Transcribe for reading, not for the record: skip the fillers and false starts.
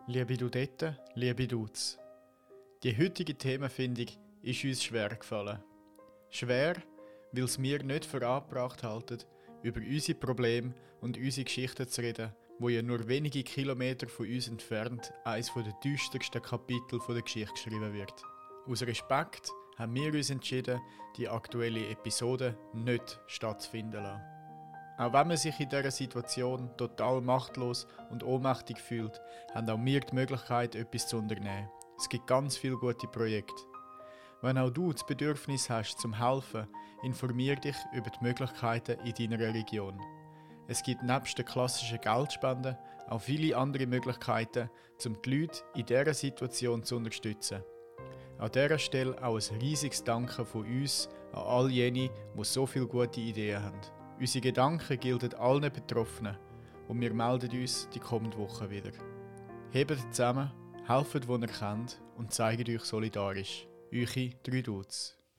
Liebe Dudette, liebe Dudes. Die heutige Themenfindung ist uns schwer gefallen. Schwer, weil es mir nicht für angebracht halten, über unsere Probleme und unsere Geschichten zu reden, wo ja nur wenige Kilometer von uns entfernt eines der düstersten Kapitel der Geschichte geschrieben wird. Aus Respekt haben wir uns entschieden, die aktuelle Episode nicht stattfinden lassen. Auch wenn man sich in dieser Situation total machtlos und ohnmächtig fühlt, haben auch wir die Möglichkeit, etwas zu unternehmen. Es gibt ganz viele gute Projekte. Wenn auch du das Bedürfnis hast zum Helfen, informier dich über die Möglichkeiten in deiner Region. Es gibt nebst den klassischen Geldspenden auch viele andere Möglichkeiten, um die Leute in dieser Situation zu unterstützen. An dieser Stelle auch ein riesiges Danke von uns an all jene, die so viele gute Ideen haben. Unsere Gedanken gelten allen Betroffenen und wir melden uns die kommende Woche wieder. Hebt zusammen, helft, wo ihr könnt und zeigt euch solidarisch. Eure 3 Dudes.